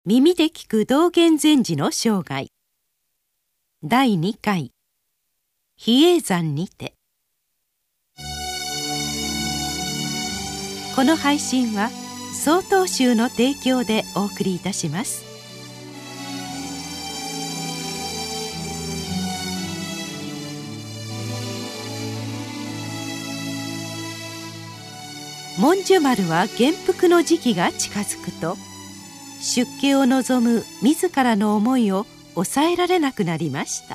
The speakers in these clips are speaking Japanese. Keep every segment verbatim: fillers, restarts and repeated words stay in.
耳で聞く道元禅師の生涯だいにかい比叡山にて。この配信は曹洞宗の提供でお送りいたします。文殊丸は元服の時期が近づくと、出家を望む自らの思いを抑えられなくなりました。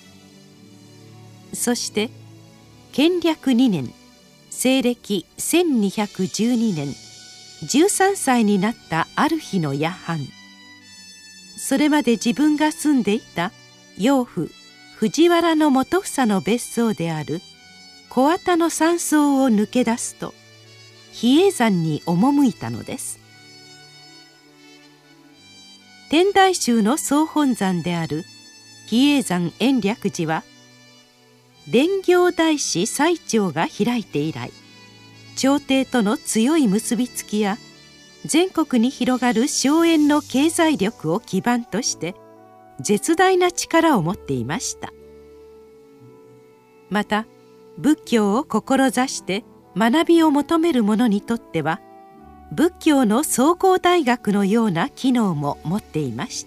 そして建暦にねん西暦せんにひゃくじゅうにねんじゅうさんさいになったある日の夜半、それまで自分が住んでいた養父藤原元房の別荘である小綿の山荘を抜け出すと、比叡山に赴いたのです。天台宗の総本山である比叡山延暦寺は、蓮行大師最澄が開いて以来、朝廷との強い結びつきや全国に広がる荘園の経済力を基盤として絶大な力を持っていました。また仏教を志して学びを求める者にとっては、仏教の総合大学のような機能も持っていました。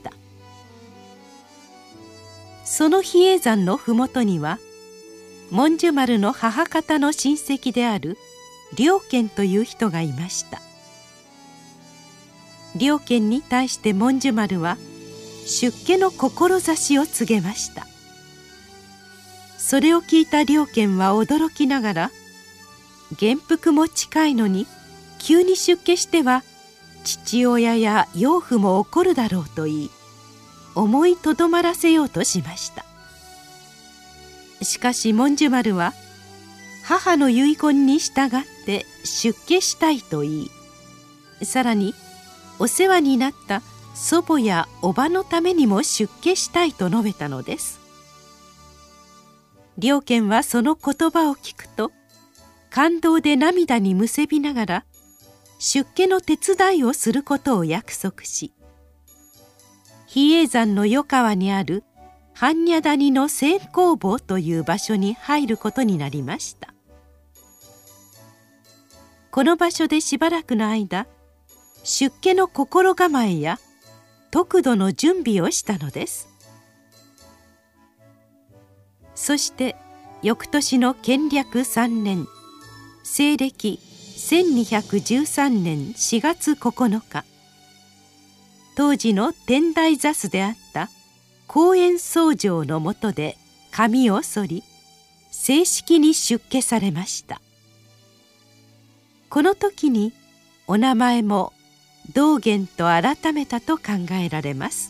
その比叡山の麓には、文殊丸の母方の親戚である良賢という人がいました。良賢に対して文殊丸は出家の志を告げました。それを聞いた良賢は驚きながら、元服も近いのに急に出家しては父親や養父も怒るだろうと言い、思いとどまらせようとしました。しかし文殊丸は母の遺言に従って出家したいと言い、さらにお世話になった祖母や叔母のためにも出家したいと述べたのです。良賢はその言葉を聞くと、感動で涙にむせびながら出家の手伝いをすることを約束し、比叡山の余川にある般若谷の仙公坊という場所に入ることになりました。この場所でしばらくの間、出家の心構えや得度の準備をしたのです。そして翌年の建暦さんねん西暦せんにひゃくじゅうさんねんしがつここのか、当時の天台座主であった光遠僧正のもとで髪を剃り、正式に出家されました。この時にお名前も道元と改めたと考えられます。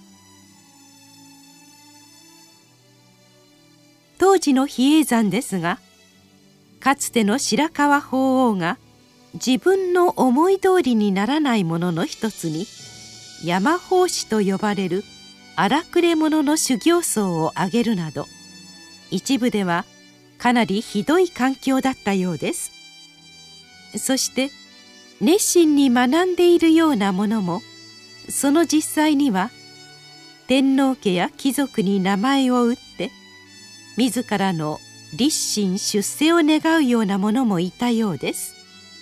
当時の比叡山ですが、かつての白河法皇が自分の思い通りにならないものの一つに、山法師と呼ばれる荒くれ者の修行僧を挙げるなど、一部ではかなりひどい環境だったようです。そして熱心に学んでいるようなものも、その実際には天皇家や貴族に名前を売って自らの立身出世を願うようなものもいたようです。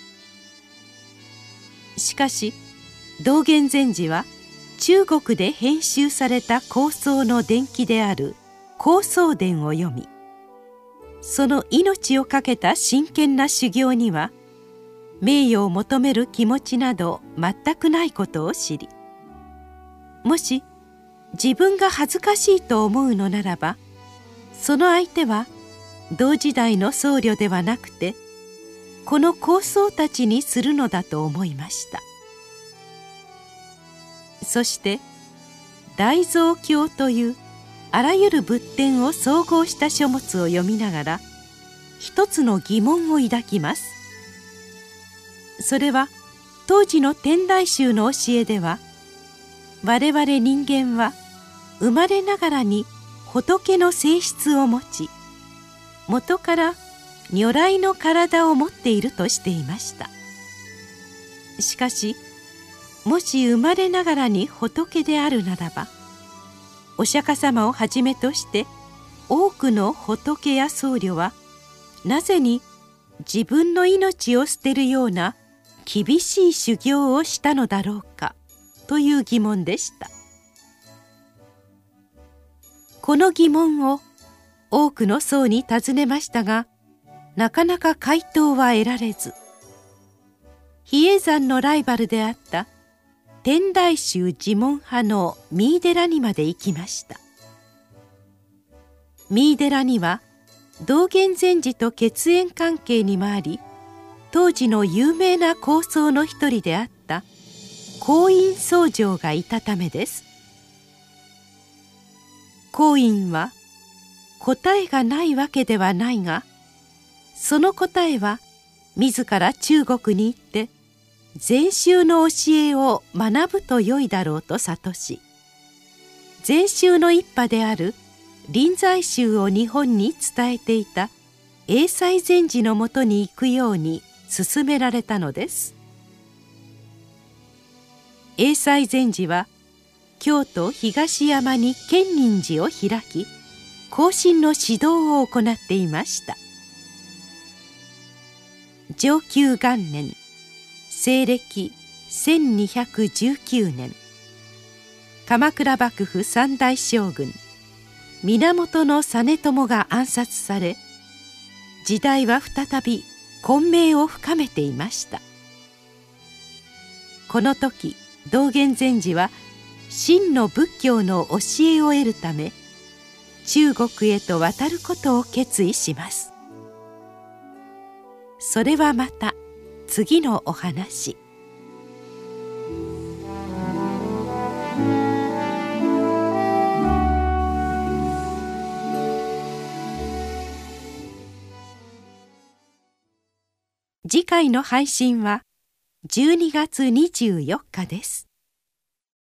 しかし道元禅師は中国で編集された高僧の伝記である高僧伝を読み、その命を懸けた真剣な修行には名誉を求める気持ちなど全くないことを知り、もし自分が恥ずかしいと思うのならば、その相手は同時代の僧侶ではなくてこの高僧たちにするのだと思いました。そして大蔵経というあらゆる仏典を総合した書物を読みながら一つの疑問を抱きます。それは当時の天台宗の教えでは、我々人間は生まれながらに仏の性質を持ち、元から如来の体を持っているとしていました。しかしもし生まれながらに仏であるならば、お釈迦様をはじめとして多くの仏や僧侶はなぜに自分の命を捨てるような厳しい修行をしたのだろうかという疑問でした。この疑問を多くの僧に尋ねましたが、なかなか回答は得られず、比叡山のライバルであった天台宗自問派の三井寺にまで行きました。三井寺には道元禅師と血縁関係にもあり、当時の有名な高僧の一人であった光院僧正がいたためです。光院は答えがないわけではないが、その答えは自ら中国に行って禅宗の教えを学ぶとよいだろうと諭し、禅宗の一派である臨済宗を日本に伝えていた栄西禅師のもとに行くように勧められたのです。栄西禅師は京都東山に建仁寺を開き、後進の指導を行っていました。承久元年、西暦せんにひゃくじゅうきゅうねん、鎌倉幕府三代将軍源実朝が暗殺され、時代は再び混迷を深めていました。この時道元禅師は真の仏教の教えを得るため、中国へと渡ることを決意します。それはまた次のお話。次回の配信はじゅうにがつにじゅうよっかです。